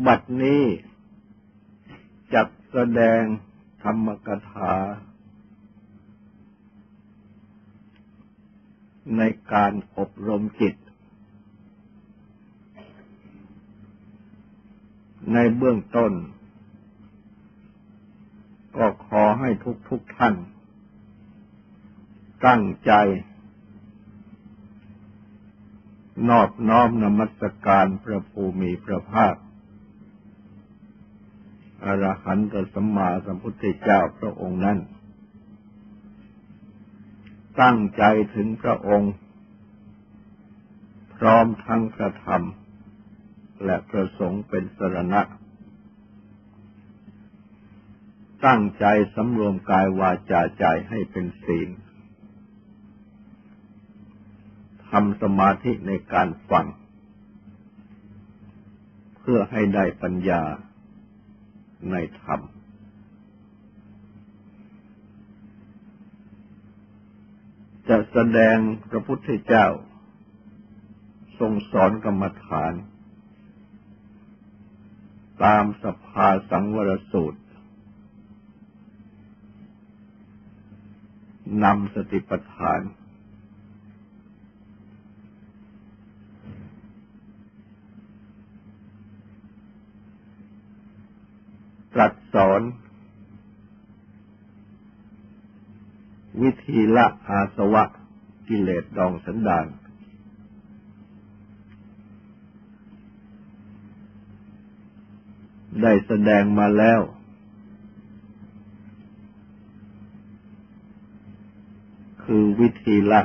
บัดนี้จักแสดงธรรมกถาในการอบรมจิตในเบื้องต้นก็ขอให้ทุกท่านตั้งใจนอบน้อมนมัสการพระภูมิพระภาคอรหันตสัมมาสัมพุทธเจ้าพระองค์นั้นตั้งใจถึงพระองค์พร้อมทั้งพระธรรมและพระสงฆ์เป็นสรณะตั้งใจสำรวมกายวาจาใจให้เป็นศีลทำสมาธิในการฟังเพื่อให้ได้ปัญญาในธรรมจะแสดงพระพุทธเจ้าทรงสอนกรรมฐานตามสภาสังวรสูตรนำสติปัฏฐานตรัสสอนวิธีละอาสวะกิเลสดองสันดานได้แสดงมาแล้วคือวิธีละ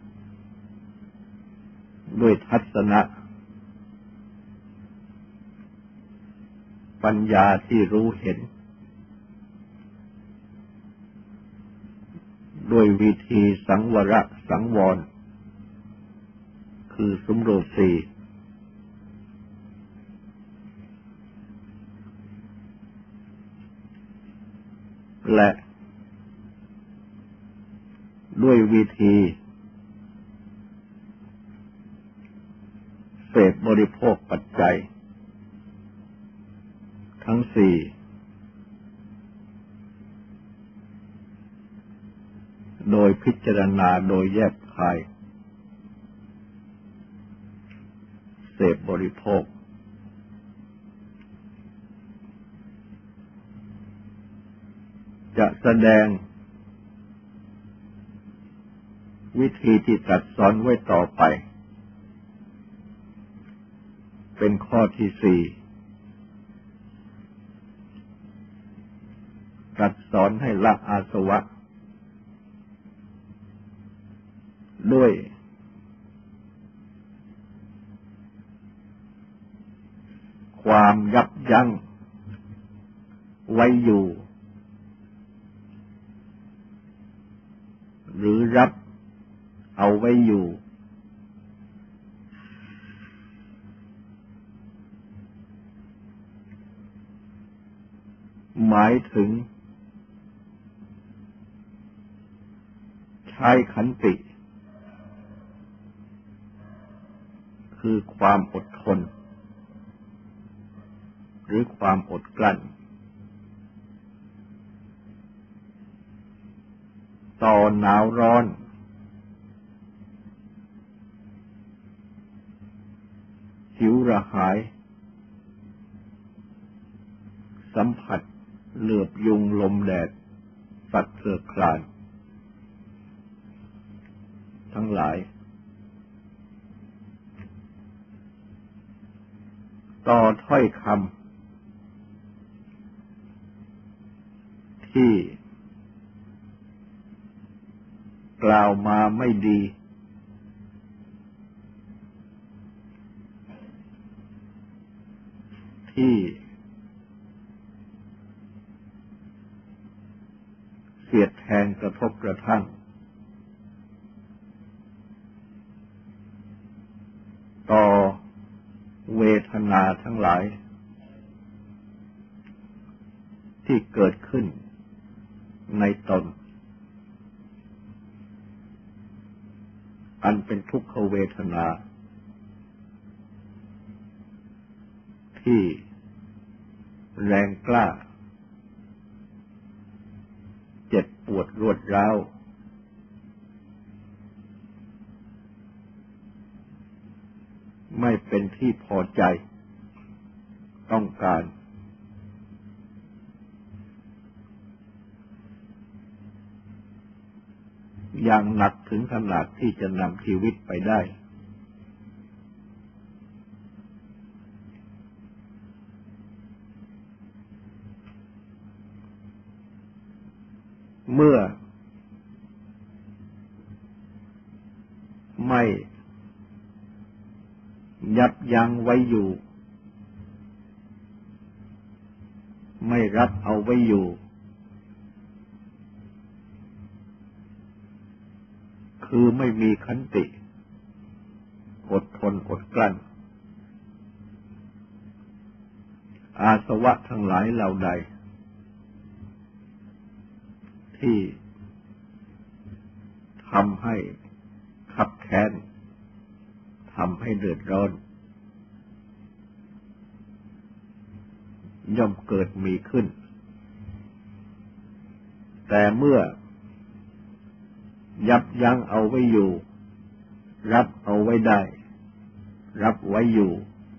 ด้วยทัศนะปัญญาที่รู้เห็นด้วยวิธีสังวรสังวรคือสำรวมสี่และด้วยวิธีเสพบริโภคปัจจัยทั้งสี่โดยพิจารณาโดยแยบคายเสพบริโภคจะแสดงวิธีที่ตรัสสอนไว้ต่อไปเป็นข้อที่สี่ตรัสสอนให้ละอาสวะด้วยความยับยั้งไว้อยู่หรือรับเอาไว้อยู่หมายถึงใช้ขันติคือความอดทนหรือความอดกลั้นต่อหนาวร้อนหิวระหายสัมผัสเหลือบยุงลมแดดสัตว์เสือคลานทั้งหลายต่อถ้อยคำที่กล่าวมาไม่ดีที่เสียดแทงกระทบกระทั่งต่อเวทนาทั้งหลายที่เกิดขึ้นในตนอันเป็นทุกขเวทนาที่แรงกล้าเจ็บปวดรวดร้าวไม่เป็นที่พอใจต้องการอย่างหนักถึงขนาดที่จะนำชีวิตไปได้เมื่อไม่ยับยั้งไว้อยู่ไม่รับเอาไว้อยู่คือไม่มีขันติอดทนอดกลั้นอาสวะทั้งหลายเหล่าใดที่ทำให้คับแค้นทำให้เดือดร้อนย่อมเกิดมีขึ้นแต่เมื่อยับยั้งเอาไว้อยู่รับเอาไว้ได้รับไว้อยู่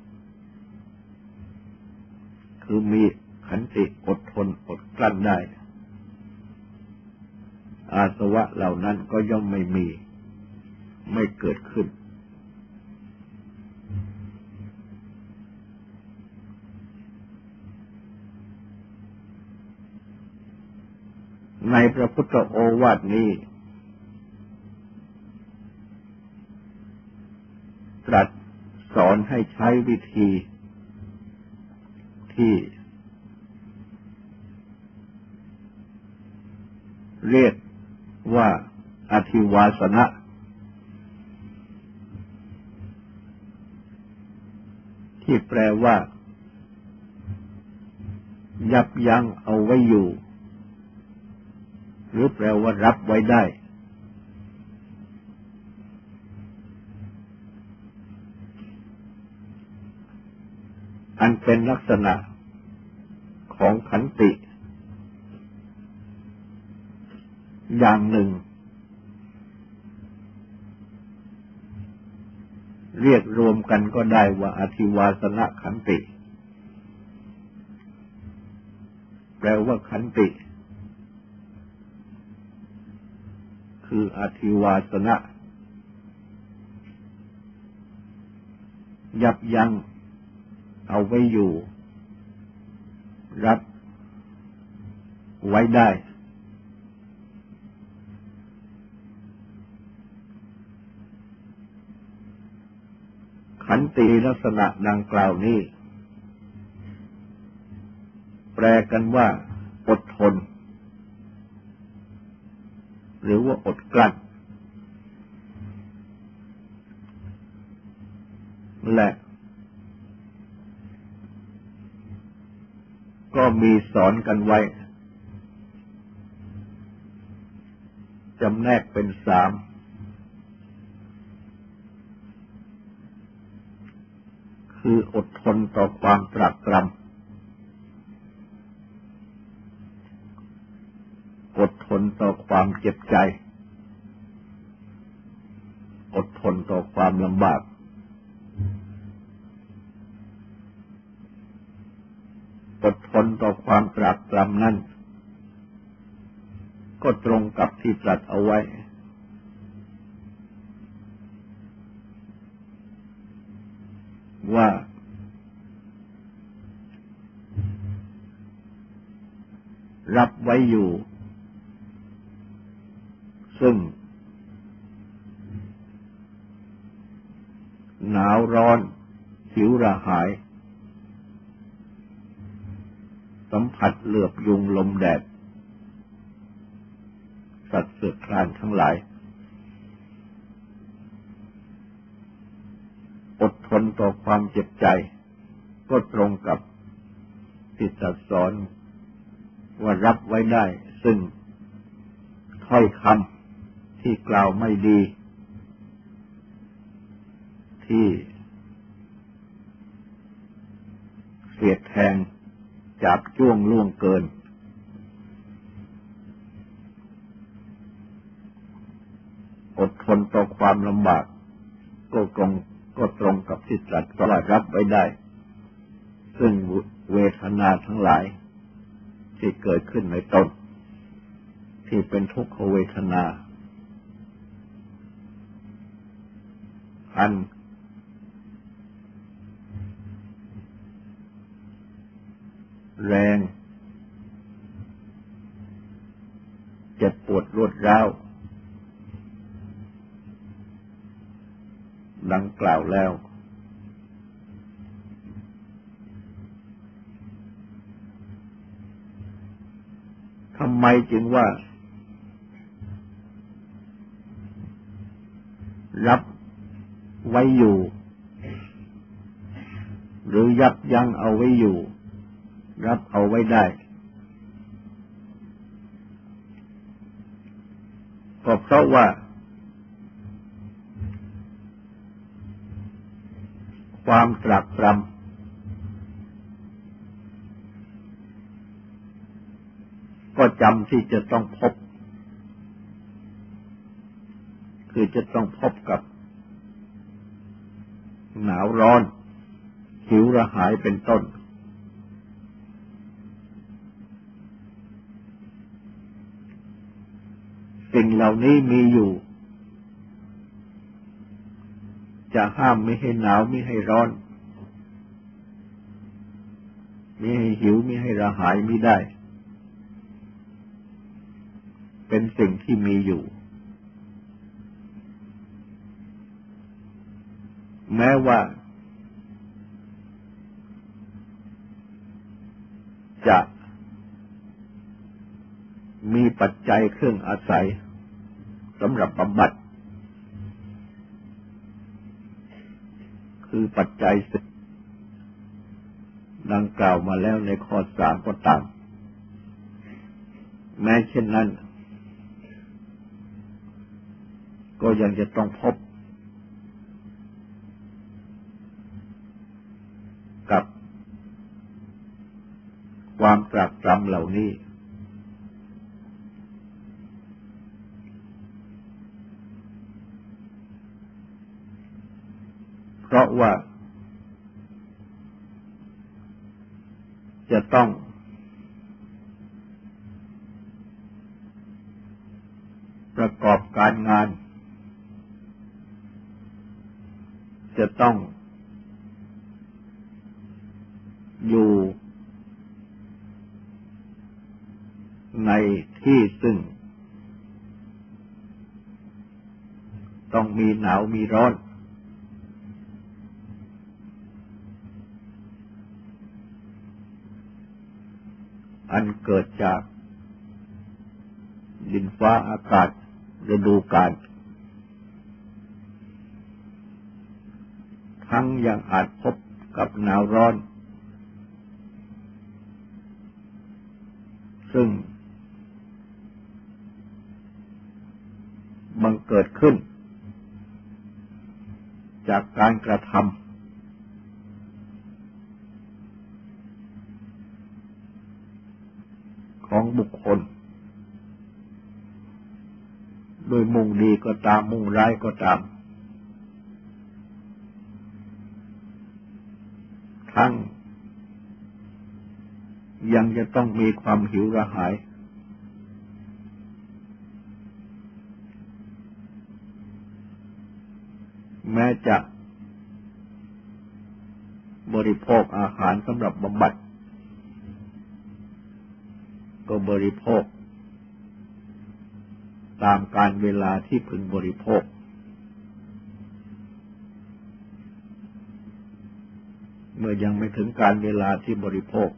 คือมีขันติอดทนอดกลั้นได้อาสวะเหล่านั้นก็ย่อมไม่มีไม่เกิดขึ้นในพระพุทธโอวาทนี้ตรัสสอนให้ใช้วิธีที่เรียกว่าอธิวาสนะที่แปลว่ายับยั้งเอาไว้อยู่หรือแปลว่ารับไว้ได้อันเป็นลักษณะของขันติอย่างหนึ่งเรียกรวมกันก็ได้ว่าอธิวาสนะขันติแปลว่าขันติคืออธิวาสนะยับยั้งเอาไว้อยู่รับไว้ได้ขันติลักษณะดังกล่าวนี้แปลกันว่าอดทนหรือว่าอดกลั้นและก็มีสอนกันไว้จำแนกเป็น3คืออดทนต่อความตรากตรำอดทนต่อความเจ็บใจอดทนต่อความลำบากอดทนต่อความตรากตรำนั้นก็ตรงกับที่ตรัสเอาไว้ว่ารับไว้อยู่ซึ่งหนาวร้อนหิวระหายสัมผัสเหลือบยุงลมแดดสัตว์เสือคลานทั้งหลายอดทนต่อความเจ็บใจก็ตรงกับที่ตรัสสอนว่ารับไว้ได้ซึ่งถ้อยคำที่กล่าวไม่ดีที่เสียดแทงจาบจ้วงล่วงเกินอดทนต่อความลำบากก็ตรงกับที่ตรัสว่ารับไว้ได้ซึ่งเวทนาทั้งหลายที่เกิดขึ้นในตนที่เป็นทุกขเวทนาอันแรงเจ็บปวดรวดร้าวดังกล่าวแล้วทำไมจึงว่ารับไว้อยู่หรือยับยั้งเอาไว้อยู่รับเอาไว้ได้ก็เพราะว่าความตรากตรำก็จำที่จะต้องพบคือจะต้องพบกับหนาวร้อนหิวกระหายเป็นต้นสิ่งเหล่านี้มีอยู่จะห้ามไม่ให้หนาวไม่ให้ร้อนไม่ให้หิวไม่ให้กระหายมิได้เป็นสิ่งที่มีอยู่แม้ว่าจะมีปัจจัยเครื่องอาศัยสำหรับบำบัดคือปัจจัยดังกล่าวมาแล้วในข้อ3ก็ตามแม้เช่นนั้นก็ยังจะต้องพบกับความตรากตรำเหล่านี้เพราะว่าจะต้องประกอบการงานจะต้องอยู่ในที่ซึ่งต้องมีหนาวมีร้อนอันเกิดจากดินฟ้าอากาศฤดูกาลทั้งยังอาจพบกับหนาวร้อนซึ่งบังเกิดขึ้นจากการกระทำของบุคคลโดยมุ่งดีก็ตามมุ่งร้ายก็ตามทั้งยังจะต้องมีความหิวกระหายแม้จะบริโภคอาหารสำหรับบำบัดก็บริโภคตามกาลเวลาที่พึงบริโภคเมื่อยังไม่ถึงกาลเวลาที่บริโภค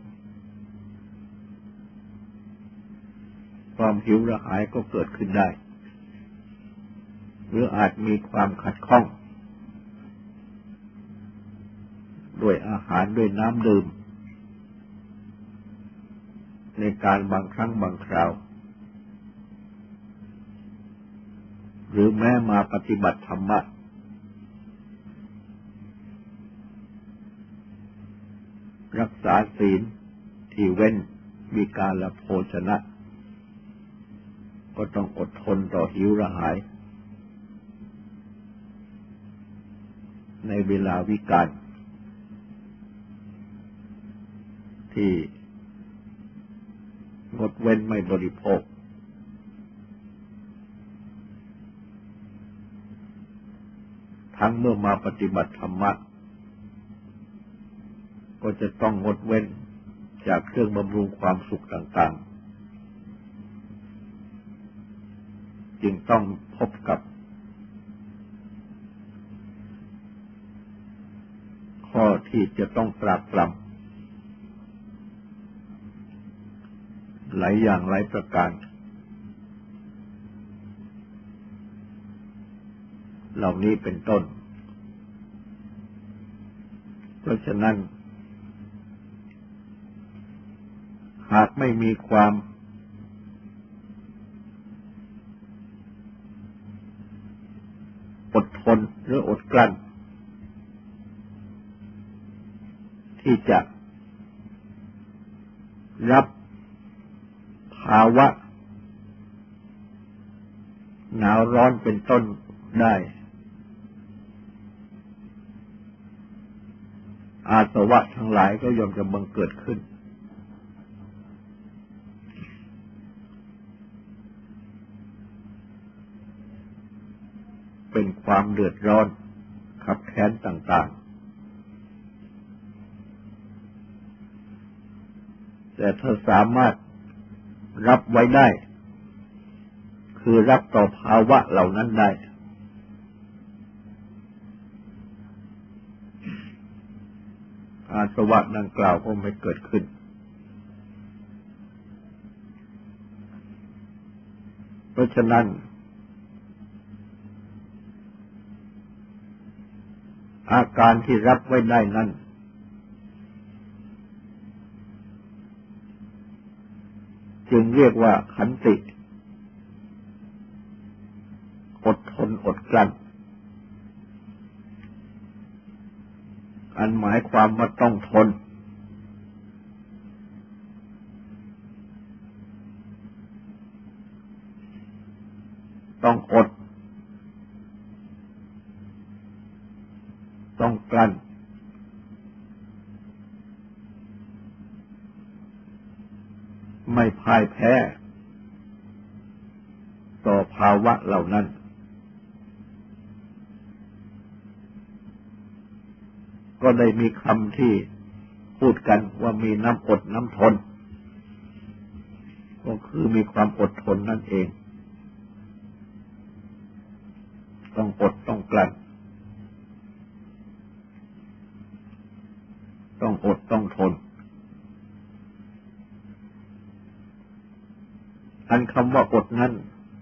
ความหิวกระหายก็เกิดขึ้นได้หรืออาจมีความขัดข้องด้วยอาหารด้วยน้ำดื่มในการบางครั้งบางคราวหรือแม้มาปฏิบัติธรรมะรักษาศีลที่เว้นวิกาลโภชนะก็ต้องอดทนต่อหิวกระหายในเวลาวิกาลที่งดเว้นไม่บริโภคทั้งเมื่อมาปฏิบัติธรรมะก็จะต้องงดเว้นจากเครื่องบำรุงความสุขต่างๆจึงต้องพบกับข้อที่จะต้องปราบปรามหลายอย่างหลายประการเหล่านี้เป็นต้นเพราะฉะนั้นหากไม่มีความอดทนหรืออดกลั้นที่จะรับภาวะหนาวร้อนเป็นต้นได้อาสวะทั้งหลายก็ย่อมจะบังเกิดขึ้นเป็นความเดือดร้อนขับแค้นต่างๆแต่ถ้าสามารถรับไว้ได้คือรับต่อภาวะเหล่านั้นได้อาสวะดังกล่าวก็ไม่เกิดขึ้นเพราะฉะนั้นอาการที่รับไว้ได้นั้นจึงเรียกว่าขันติอดทนอดกลั้นอันหมายความว่าต้องทนต้องอดต้องกลั้นไม่พ่ายแพ้ต่อภาวะเหล่านั้นก็ได้มีคำที่พูดกันว่ามีน้ำอดน้ำทนก็คือมีความอดทนนั่นเองต้องอดต้องกลั้นต้องอดต้องทนอันคำว่าอดนั้น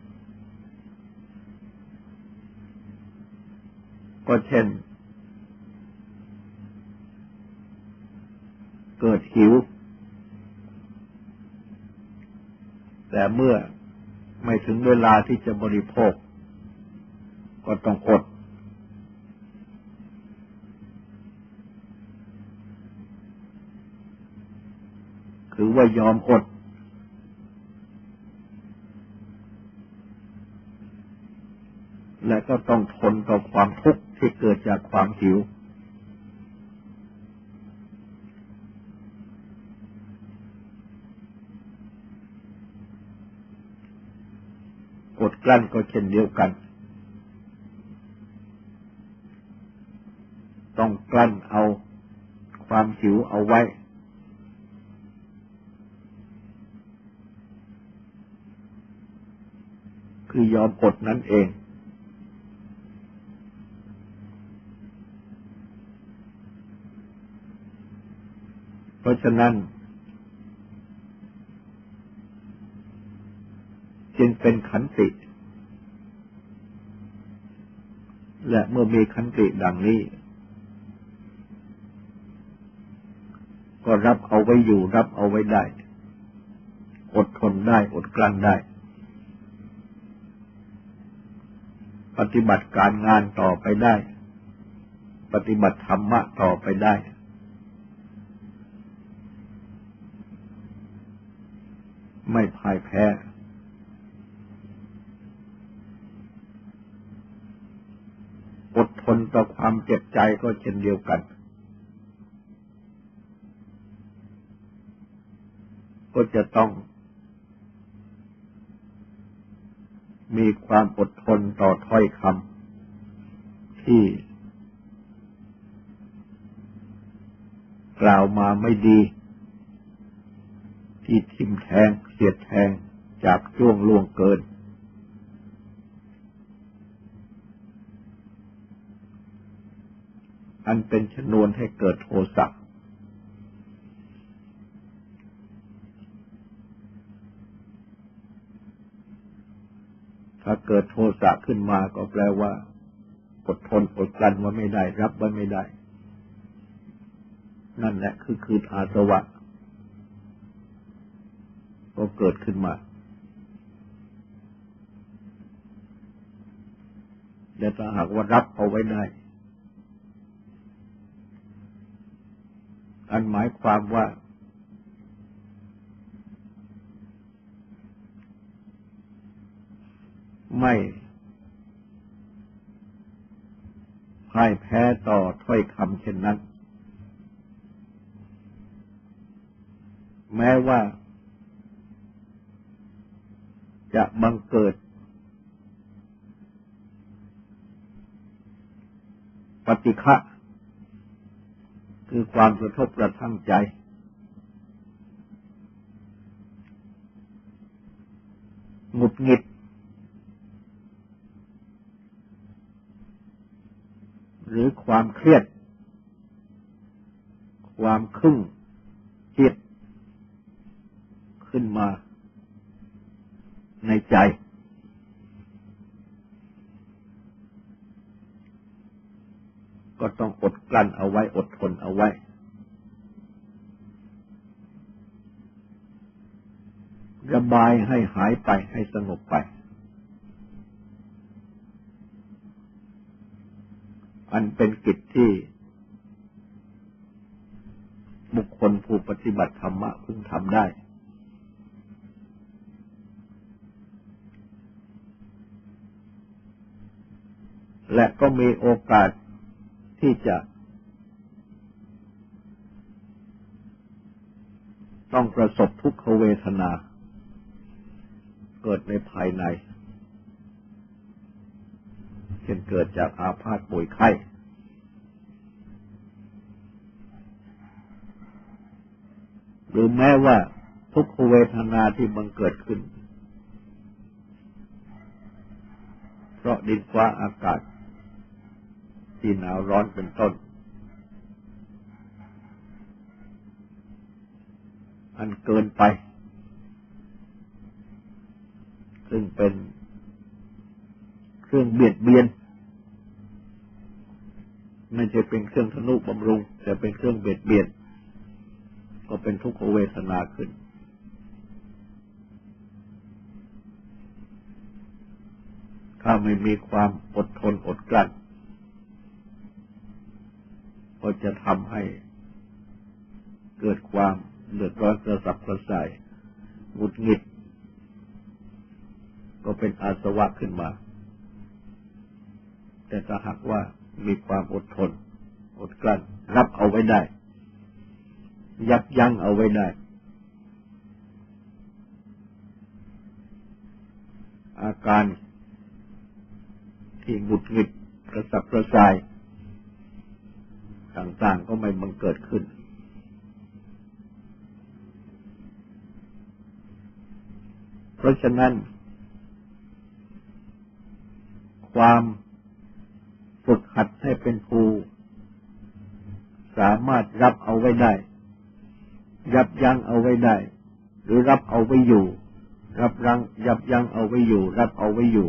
ก็เช่นเกิดหิวแต่เมื่อไม่ถึงเวลาที่จะบริโภคก็ต้องอดคือว่ายอมอดและก็ต้องทนต่อความทุกข์ที่เกิดจากความหิวอดกลั้นก็เช่นเดียวกันต้องกลั้นเอาความหิวเอาไว้คือยอมอดนั่นเองเพราะฉะนั้นจึงเป็นขันติและเมื่อมีขันติดังนี้ก็รับเอาไว้อยู่รับเอาไว้ได้อดทนได้อดกลั้นได้ปฏิบัติการงานต่อไปได้ปฏิบัติธรรมะต่อไปได้ไม่พ่ายแพ้อดทนต่อความเจ็บใจก็เช่นเดียวกันก็จะต้องมีความอดทนต่อถ้อยคำที่กล่าวมาไม่ดีที่ทิ่มแทงเสียดแทงจับจ้วงล่วงเกินอันเป็นชนวนให้เกิดโทสะถ้าเกิดโทสะขึ้นมาก็แปลว่าอดทนอดกลั้นไว้ไม่ได้รับไว้ไม่ได้นั่นแหละคืออาสวะก็เกิดขึ้นมาและถ้าหากว่ารับเอาไว้ได้อันหมายความว่าไม่พ่ายแพ้ต่อถ้อยคำเช่นนั้นแม้ว่าจะบังเกิดปฏิฆะคือความกระทบกระทั่งใจหงุดหงิดหรือความเครียดความขึ่งจิตขึ้นมาในใจก็ต้องอดกลั้นเอาไว้อดทนเอาไว้ระบายให้หายไปให้สงบไปอันเป็นกิจที่บุคคลผู้ปฏิบัติธรรมะพึงทำได้และก็มีโอกาสที่จะต้องประสบทุกขเวทนาเกิดในภายในเช่นเกิดจากอาพาธป่วยไข้หรือแม้ว่าทุกขเวทนาที่บังเกิดขึ้นเพราะดินฟ้าอากาศที่หนาวร้อนเป็นต้นอันเกินไปซึ่งเป็นเครื่องเบียดเบียนไม่ใช่เป็นเครื่องทนุบำรุงแต่เป็นเครื่องเบียดเบียนก็เป็นทุกขเวทนาขึ้นถ้าไม่มีความอดทนอดกลั้นก็จะทำให้เกิดความเดือดร้อนกระสับกระส่ายหงุดหงิดก็เป็นอาสวะขึ้นมาแต่ถ้าหากว่ามีความอดทนอดกลั้นรับเอาไว้ได้ยับยั้งเอาไว้ได้อาการที่หงุดหงิดกระสับกระส่ายต่างๆก็ไม่บังเกิดขึ้นเพราะฉะนั้นความฝึกหัดให้เป็นผู้สามารถรับเอาไว้ได้ยับยั้งเอาไว้ได้หรือรับเอาไว้อยู่รับยั้งเอาไว้อยู่รับเอาไว้อยู่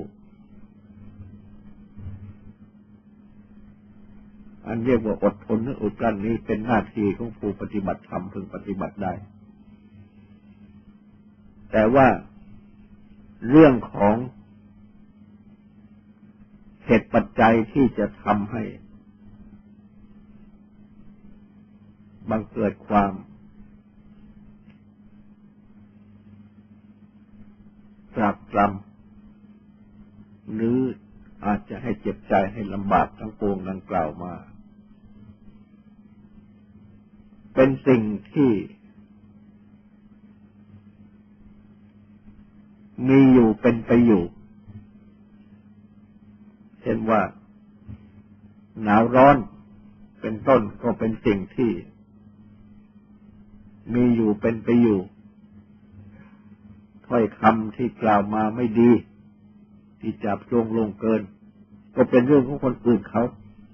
อันเรียกว่าอดทนและอดกลั้นนี้เป็นหน้าที่ของผู้ปฏิบัติธรรมพึงปฏิบัติได้แต่ว่าเรื่องของเหตุปัจจัยที่จะทำให้บังเกิดความตรากตรำหรืออาจจะให้เจ็บใจให้ลำบากทั้งปวงดังกล่าวมาเป็นสิ่งที่มีอยู่เป็นไปอยู่เช่นว่าหนาวร้อนเป็นต้นก็เป็นสิ่งที่มีอยู่เป็นไปอยู่ถ้อยคำที่กล่าวมาไม่ดีที่จับจงลงเกินก็เป็นเรื่องของคนอื่นเขา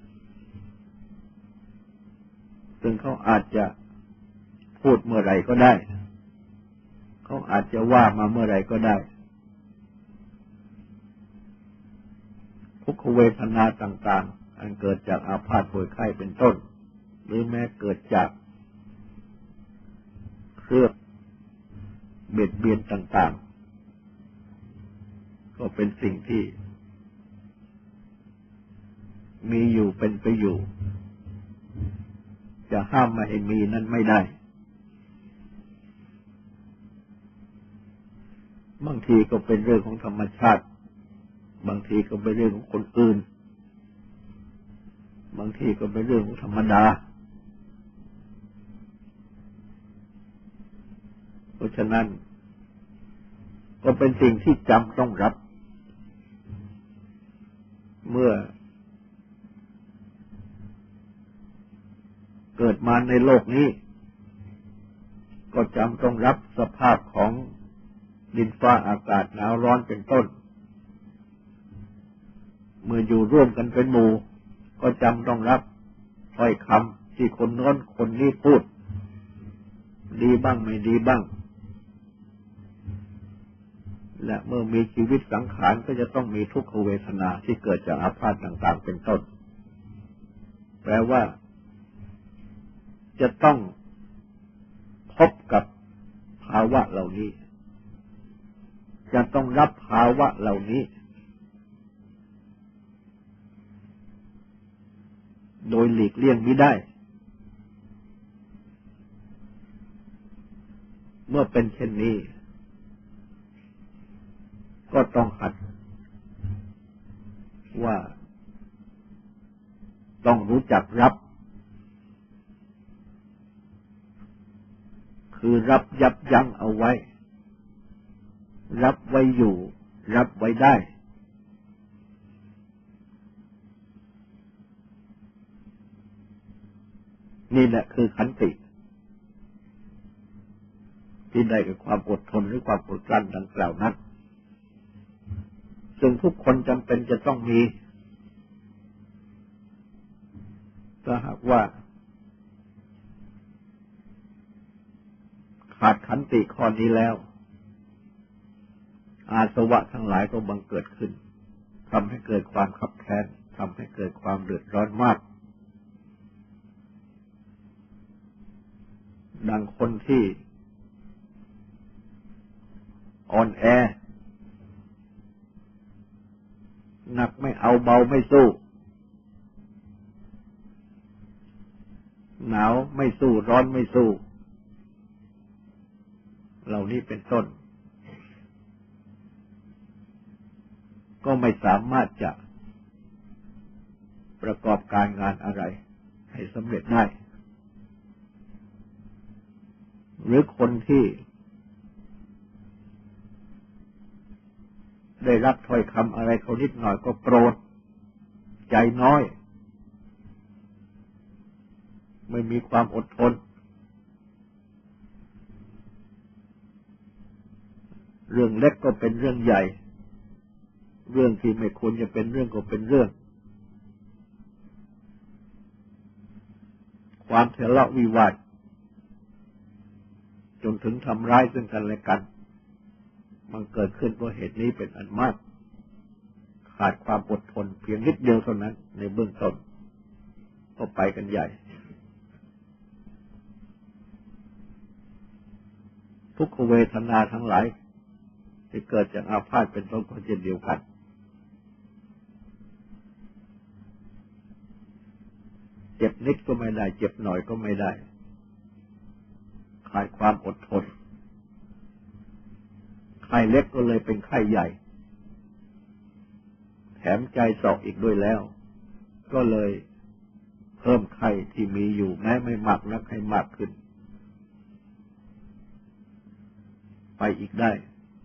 ซึ่งเขาอาจจะพูดเมื่อไหร่ก็ได้เขาอาจจะว่ามาเมื่อไหร่ก็ได้ทุกขเวทนาต่างๆอันเกิดจากอาพาธป่วยไข้เป็นต้นหรือแม้เกิดจากเครื่องเบียดเบียนต่างๆก็เป็นสิ่งที่มีอยู่เป็นไปอยู่จะห้ามไม่ให้มีนั้นไม่ได้บางทีก็เป็นเรื่องของธรรมชาติบางทีก็เป็นเรื่องของคนอื่นบางทีก็เป็นเรื่องของธรรมดาเพราะฉะนั้นก็เป็นสิ่งที่จำต้องรับเมื่อเกิดมาในโลกนี้ก็จำต้องรับสภาพของดินฟ้าอากาศหนาวร้อนเป็นต้นเมื่ออยู่ร่วมกันเป็นหมู่ก็จำต้องรับถ้อยคำที่คนโน้นคนนี้พูดดีบ้างไม่ดีบ้างและเมื่อมีชีวิตสังขารก็จะต้องมีทุกขเวทนาที่เกิดจากอาพาธต่างๆเป็นต้นแปลว่าจะต้องพบกับภาวะเหล่านี้จะต้องรับภาวะเหล่านี้โดยหลีกเลี่ยงไม่ได้เมื่อเป็นเช่นนี้ก็ต้องหัดว่าต้องรู้จักรับคือรับยับยั้งเอาไว้รับไว้อยู่รับไว้ได้นี่แหละคือขันติที่ได้กับความอดทนหรือความอดกลั้นดังกล่าวนั้นซึ่งทุกคนจำเป็นจะต้องมีถ้าหากว่าขาดขันติข้อนี้แล้วอาสวะทั้งหลายก็บังเกิดขึ้นทำให้เกิดความขับแค้นทำให้เกิดความเดือดร้อนมากดังคนที่อ่อนแอหนักไม่เอาเบาไม่สู้หนาวไม่สู้ร้อนไม่สู้เหล่านี้เป็นต้นก็ไม่สามารถจะประกอบการงานอะไรให้สำเร็จได้หรือคนที่ได้รับถ้อยคำอะไรเขานิดหน่อยก็โกรธใจน้อยไม่มีความอดทนเรื่องเล็กก็เป็นเรื่องใหญ่เรื่องที่ไม่ควรจะเป็นเรื่องก็เป็นเรื่องความทะเลาะวิวาทจนถึงทำร้ายซึ่งกันและกันมันเกิดขึ้นเพราะเหตุนี้เป็นอันมากขาดความอดทนเพียงนิดเดียวเท่านั้นในเบื้องต้นก็ไปกันใหญ่ทุกขเวทนาทั้งหลายที่เกิดจากอาพาธเป็นต้นก็เช่นเดียวกันเจ็บนิดก็ไม่ได้เจ็บหน่อยก็ไม่ได้ขาดความอดทนขไข้เล็กก็เลยเป็นไข้ใหญ่แถมใจเสาะอีกด้วยแล้วก็เลยเพิ่มไข้ที่มีอยู่แม้ไม่มากนักให้มากขึ้นไปอีกได้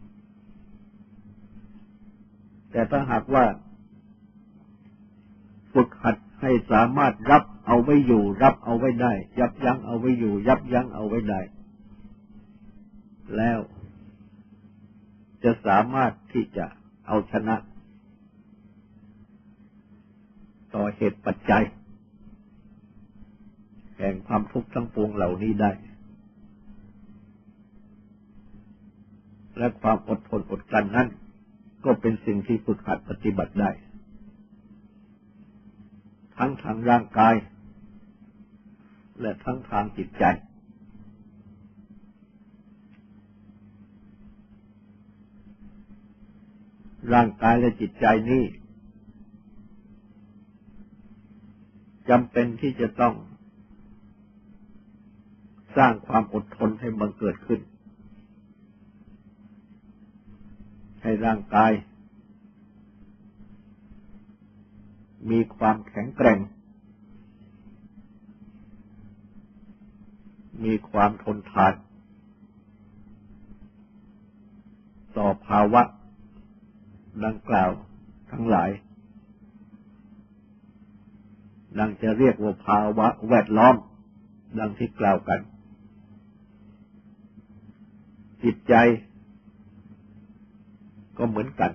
แต่ถ้าหากว่าฝึกหัดให้สามารถรับเอาไว้อยู่รับเอาไว้ได้ยับยั้งเอาไว้อยู่ยับยั้งเอาไว้ได้แล้วจะสามารถที่จะเอาชนะต่อเหตุปัจจัยแห่งความทุกข์ทั้งปวงเหล่านี้ได้และความอดทนอดกลั้นนั้นก็เป็นสิ่งที่ฝึกหัดปฏิบัติได้ทั้งทางร่างกายและทั้งทางจิตใจร่างกายและจิตใจนี้จำเป็นที่จะต้องสร้างความอดทนให้บังเกิดขึ้นให้ร่างกายมีความแข็งแกร่งมีความทนทานต่อภาวะดังกล่าวทั้งหลายดังจะเรียกว่าภาวะแวดล้อมดังที่กล่าวกันจิตใจก็เหมือนกัน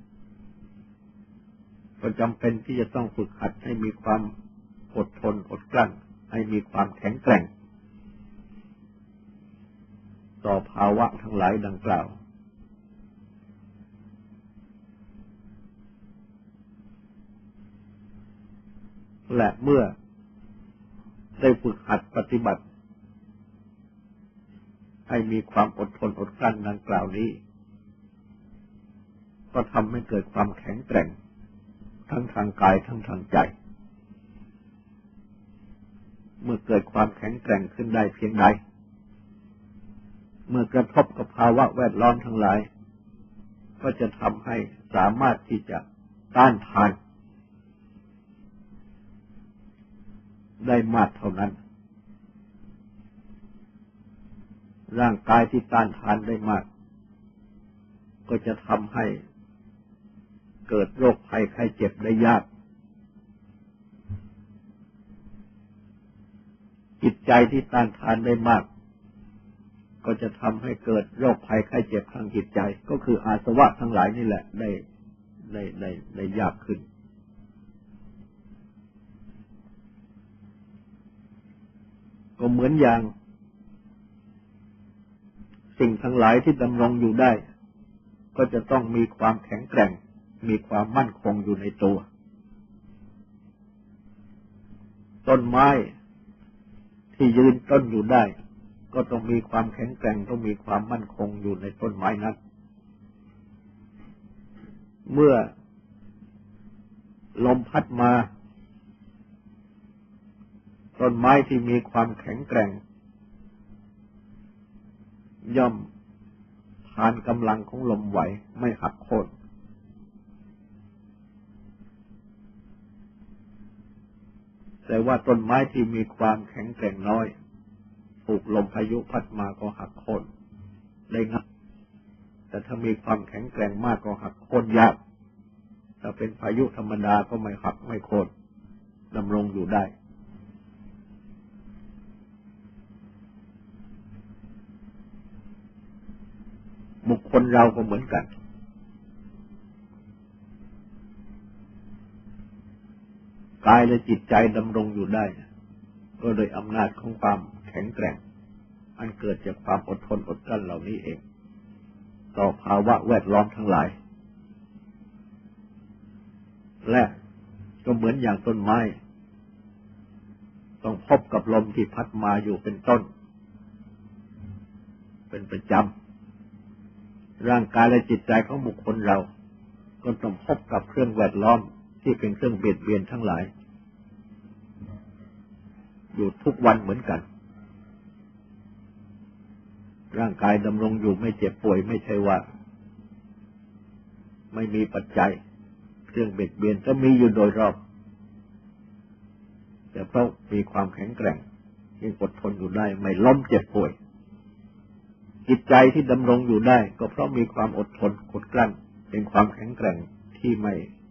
ก็จำเป็นที่จะต้องฝึกหัดให้มีความอดทนอดกลั้นให้มีความแข็งแกร่งต่อภาวะทั้งหลายดังกล่าวและเมื่อได้ฝึกหัดปฏิบัติให้มีความอดทนอดกลั้นดังกล่าวนี้ก็ทำให้เกิดความแข็งแกร่งทั้งทางกายทั้งทางใจเมื่อเกิดความแข็งแกร่งขึ้นได้เพียงใดเมื่อกระทบกับภาวะแวดล้อมทั้งหลายก็จะทำให้สามารถที่จะต้านทานได้มากเท่านั้นร่างกายที่ต้านทานได้มากก็จะทำให้เกิดโรคภัยไข้เจ็บได้ยากจิตใจที่ต้านทานได้มากก็จะทำให้เกิดโรคภัยไข้เจ็บทางจิตใจก็คืออาสวะทั้งหลายนี่แหละได้ยากขึ้นก็เหมือนอย่างสิ่งทั้งหลายที่ดำรงอยู่ได้ก็จะต้องมีความแข็งแกร่งมีความมั่นคงอยู่ในตัวต้นไม้ที่ยืนต้นอยู่ได้ก็ต้องมีความแข็งแกร่งต้องมีความมั่นคงอยู่ในต้นไม้นั้นเมื่อลมพัดมาต้นไม้ที่มีความแข็งแกร่งย่อมทานกำลังของลมไหวไม่หักโค่นแต่ว่าต้นไม้ที่มีความแข็งแกร่งน้อยถูกลมพายุพัดมาก็หักโค่นได้ง่ายแต่ถ้ามีความแข็งแกร่งมากก็หักโค่นยากถ้าเป็นพายุธรรมดาก็ไม่หักไม่โค่นดำรงอยู่ได้บุคคลเราก็เหมือนกันกายและจิตใจดำรงอยู่ได้ก็โดยอำนาจของความแข็งแกร่งอันเกิดจากความอดทนอดกลั้นเหล่านี้เองต่อภาวะแวดล้อมทั้งหลายและก็เหมือนอย่างต้นไม้ต้องพบกับลมที่พัดมาอยู่เป็นต้นเป็นประจำร่างกายและจิตใจของบุคคลเราก็ต้องพบกับเครื่องแวดล้อมที่เป็นเครื่องเบียดเบียนทั้งหลายอยู่ทุกวันเหมือนกันร่างกายดำรงอยู่ไม่เจ็บป่วยไม่ใช่ว่าไม่มีปัจจัยเครื่องเบียดเบียนก็มีอยู่โดยรอบแต่เพราะมีความแข็งแกร่งยังอดทนอยู่ได้ไม่ล้มเจ็บป่วยจิตใจที่ดำรงอยู่ได้ก็เพราะมีความอดทนอดกลั้นเป็นความแข็งแกร่งที่ไม่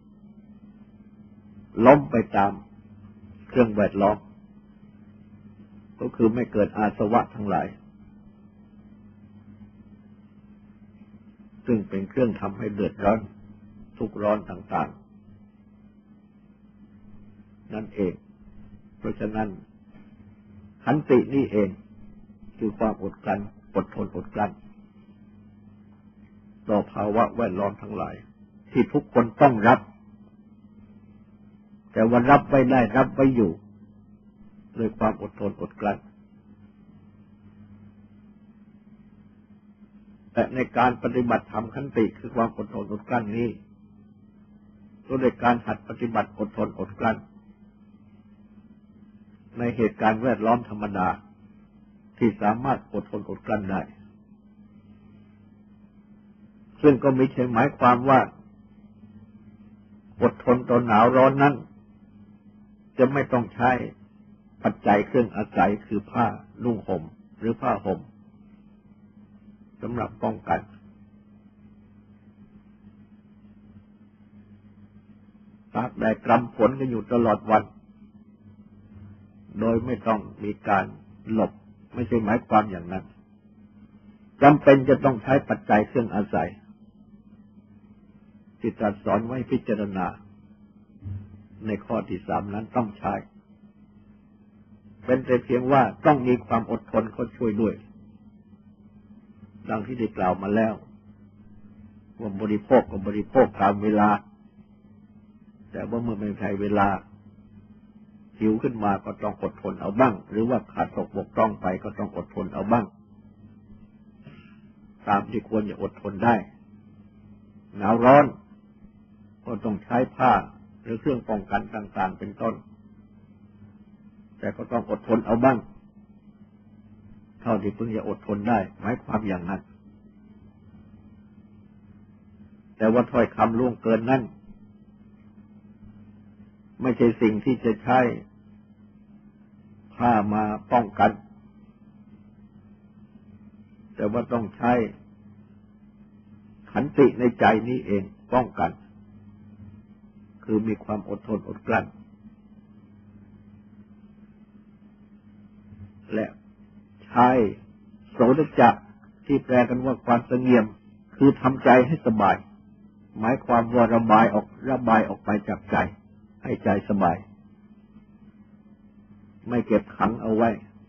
ล้มไปตามเครื่องแวดล้อมก็คือไม่เกิดอาสวะทั้งหลายซึ่งเป็นเครื่องทำให้เดือดร้อนทุกข์ร้อนต่างๆนั่นเองเพราะฉะนั้นขันตินี่เองคือความอดกลั้นอดทนอดกลั้นต่อภาวะแวดล้อมทั้งหลายที่ทุกคนต้องรับแต่ว่ารับไว้ได้รับไว้อยู่ด้วยความอดทนอดกลั้นแต่ในการปฏิบัติธรรมขันติคือความอดทนอดกลั้นนี้ด้วยการหัดปฏิบัติอดทนอดกลั้นในเหตุการณ์แวดล้อมธรรมดาที่สามารถอดทนอดกลั้นได้ซึ่งก็ไม่ใช่หมายความว่าอดทนต่อหนาวร้อนนั้นจะไม่ต้องใช้ปัจจัยเครื่องอาศัยคือผ้านุ่งห่มหรือผ้าห่มสำหรับป้องกันตากแดดกรำฝนกันอยู่ตลอดวันโดยไม่ต้องมีการหลบไม่ใช่หมายความอย่างนั้นจำเป็นจะต้องใช้ปัจจัยเครื่องอาศัยที่ตรัสสอนไว้พิจารณาในข้อที่3นั้นต้องใช้เป็นแต่เพียงว่าต้องมีความอดทนเขาช่วยด้วยดังที่ได้กล่าวมาแล้วว่าบริโภคก็บริโภคตามเวลาแต่ว่าเมื่อไม่ใช่เวลาหิวขึ้นมาก็ต้องอดทนเอาบ้างหรือว่าขาดตกบกพร่องไปก็ต้องอดทนเอาบ้างตามที่ควรจะอดทนได้หนาวร้อนก็ต้องใช้ผ้าหรือเครื่องป้องกันต่างๆเป็นต้นแต่ก็ต้องอดทนเอาบ้างเท่าที่เพิ่งจะอดทนได้หมายความอย่างนั้นแต่ว่าถ้อยคำล่วงเกินนั้นไม่ใช่สิ่งที่จะใช้ผ้ามาป้องกันแต่ว่าต้องใช้ขันติในใจนี้เองป้องกันคือมีความอดทนอดกลั้นและใช้โสดจักที่แปลกันว่าความเสงี่ยมคือทำใจให้สบายหมายความว่าระบายออกไปจากใจให้ใจสบายไม่เก็บขังเอาไว้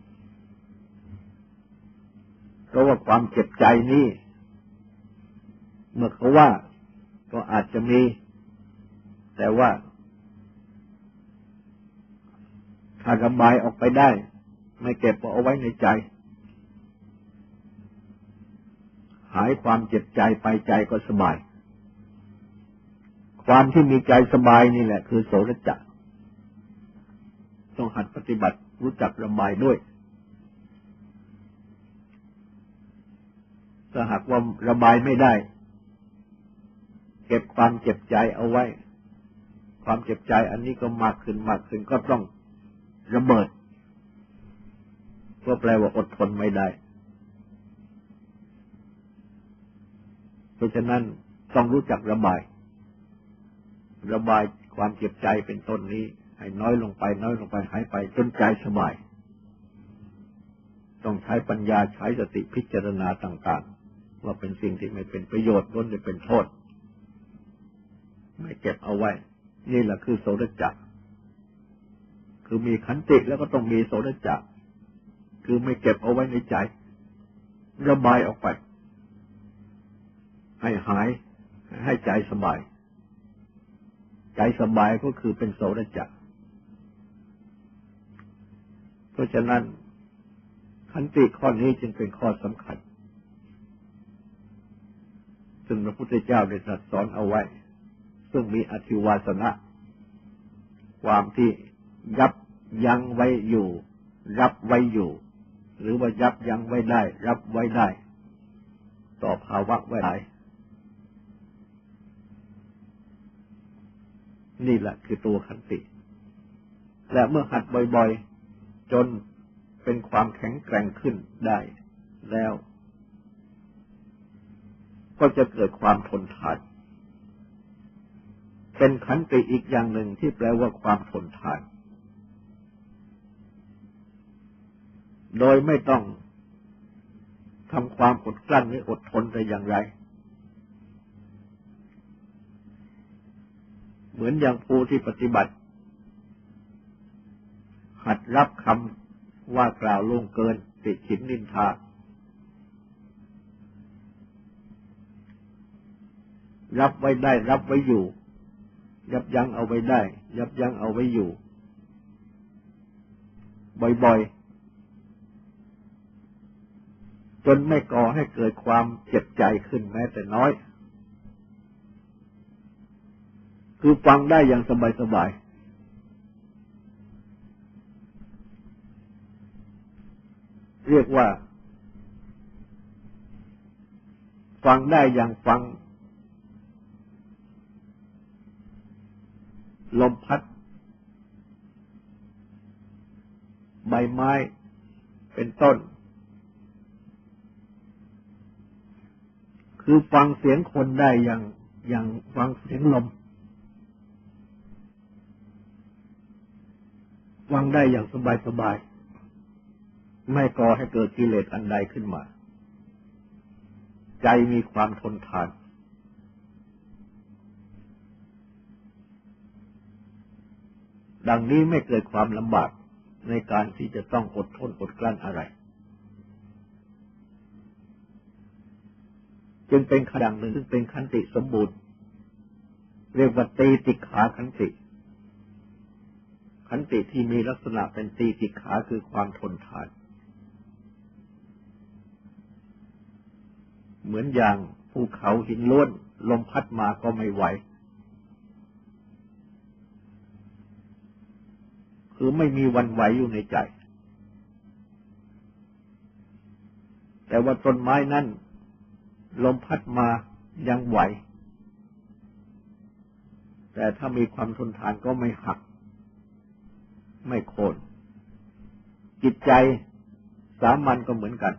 เพราะว่าความเจ็บใจนี้เมื่อเขาว่าก็อาจจะมีแต่ว่าถ้าระบายออกไปได้ไม่เก็บเอาไว้ในใจหายความเจ็บใจไปใจก็สบายความที่มีใจสบายนี่แหละคือโสรจะต้องหัดปฏิบัติรู้จักระบายด้วยถ้าหากว่าระบายไม่ได้เก็บความเจ็บใจเอาไว้ความเจ็บใจอันนี้ก็มากขึ้นก็ต้องระเบิดก็แปลว่าอดทนไม่ได้เพราะฉะนั้นต้องรู้จักระบายความเจ็บใจเป็นต้นนี้ให้น้อยลงไปหายไปจนใจสบายต้องใช้ปัญญาใช้สติพิจารณาต่างๆว่าเป็นสิ่งที่ไม่เป็นประโยชน์ล้วนจะเป็นโทษไม่เก็บเอาไว้นี่แหละคือโสรจะคือมีขันติแล้วก็ต้องมีโสรจะคือไม่เก็บเอาไว้ในใจระบายออกไปให้หายให้ใจสบายใจสบายก็คือเป็นโสรจะเพราะฉะนั้นขันติข้อนี้จึงเป็นข้อสำคัญซึ่งพระพุทธเจ้าได้ตรัสสอนเอาไว้ซึ่งมีอธิวาสนะความที่ยับยั้งไว้อยู่รับไว้อยู่หรือว่ายับยั้งไว้ได้รับไว้ได้ต่อภาวะไว้ได้นี่แหละคือตัวขันติและเมื่อหัดบ่อยๆจนเป็นความแข็งแกร่งขึ้นได้แล้วก็จะเกิดความทนทานเป็นขันติอีกอย่างหนึ่งที่แปลว่าความทนทานโดยไม่ต้องทำความอดกลั้นหรืออดทนแต่อย่างไรเหมือนอย่างผู้ที่ปฏิบัติหัดรับคำว่ากล่าวล่วงเกินติฉินนินทารับไว้ได้รับไว้อยู่ยับยั้งเอาไว้ได้ยับยั้งเอาไว้อยู่บ่อยๆจนไม่ก่อให้เกิดความเจ็บใจขึ้นแม้แต่น้อยคือฟังได้อย่างสบายๆเรียกว่าฟังได้อย่างฟังลมพัดใบไม้เป็นต้นคือฟังเสียงคนได้อย่างฟังเสียงลมฟังได้อย่างสบายๆไม่ก่อให้เกิดกิเลสอันใดขึ้นมาใจมีความทนทานดังนี้ไม่เกิดความลำบากในการที่จะต้องอดทนอดกลั้นอะไรจึงเป็นขดังหนึ่งซึ่งเป็นขันติสมบูรณ์เรียกว่าตีติขาขันติขันติที่มีลักษณะเป็นตีติขาคือความทนทานเหมือนอย่างภูเขาหินล้วนลมพัดมาก็ไม่ไหวคือไม่มีวันไหวอยู่ในใจแต่ว่าต้นไม้นั้นลมพัดมายังไหวแต่ถ้ามีความทนทานก็ไม่หักไม่โค่นจิตใจสามัญก็เหมือนกัน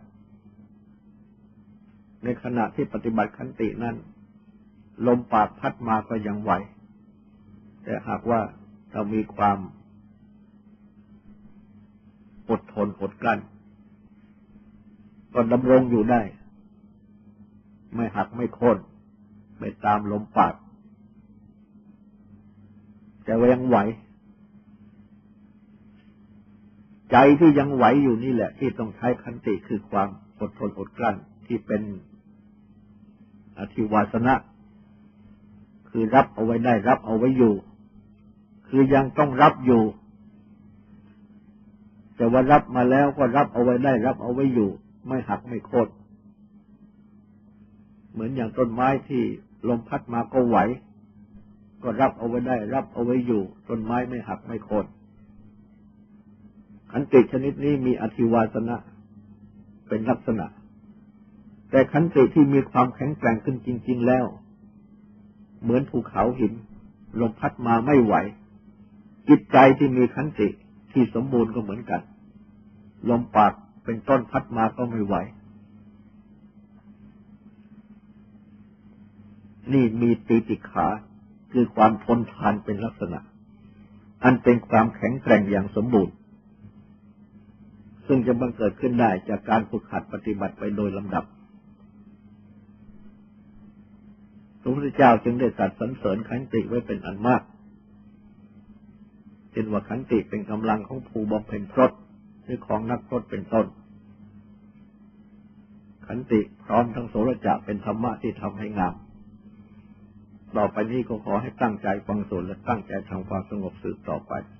ในขณะที่ปฏิบัติขันตินั้นลมปากพัดมาก็ยังไหวแต่หากว่าเรามีความอดทนอดกลั้นก็ดำรงอยู่ได้ไม่หักไม่โค่นไม่ตามลมปากแต่ว่ายังไหวใจที่ยังไหวอยู่นี่แหละที่ต้องใช้ขันติคือความอดทนอดกลั้นที่เป็นอธิวาสนะคือรับเอาไว้ได้รับเอาไว้อยู่คือยังต้องรับอยู่แต่ว่ารับมาแล้วก็รับเอาไว้ได้รับเอาไว้อยู่ไม่หักไม่โค่นเหมือนอย่างต้นไม้ที่ลมพัดมาก็ไหวก็รับเอาไว้ได้รับเอาไว้อยู่ต้นไม้ไม่หักไม่โค่นขันติชนิดนี้มีอธิวาสนะเป็นลักษณะแต่ขันติที่มีความแข็งแกร่งขึ้นจริงๆแล้วเหมือนภูเขาหินลมพัดมาไม่ไหวจิตใจที่มีขันติที่สมบูรณ์ก็เหมือนกันลมปากเป็นต้นพัดมาก็ไม่ไหวนี่มีตีติขาคือความทนทานเป็นลักษณะอันเป็นความแข็งแกร่งอย่างสมบูรณ์ซึ่งจะบังเกิดขึ้นได้จากการฝึกหัดปฏิบัติไปโดยลำดับพระพุทธเจ้าจึงได้ตรัสสรรเสริญขันติไว้เป็นอันมากเช่นว่าขันติเป็นกำลังของผู้บำเพ็ญพรตหรือของนักพรตเป็นต้นขันติพร้อมทั้งโสรจะเป็นธรรมะที่ทำให้งามต่อไปนี้ก็ขอให้ตั้งใจฟังสวดและตั้งใจทำความสงบสืบต่อไป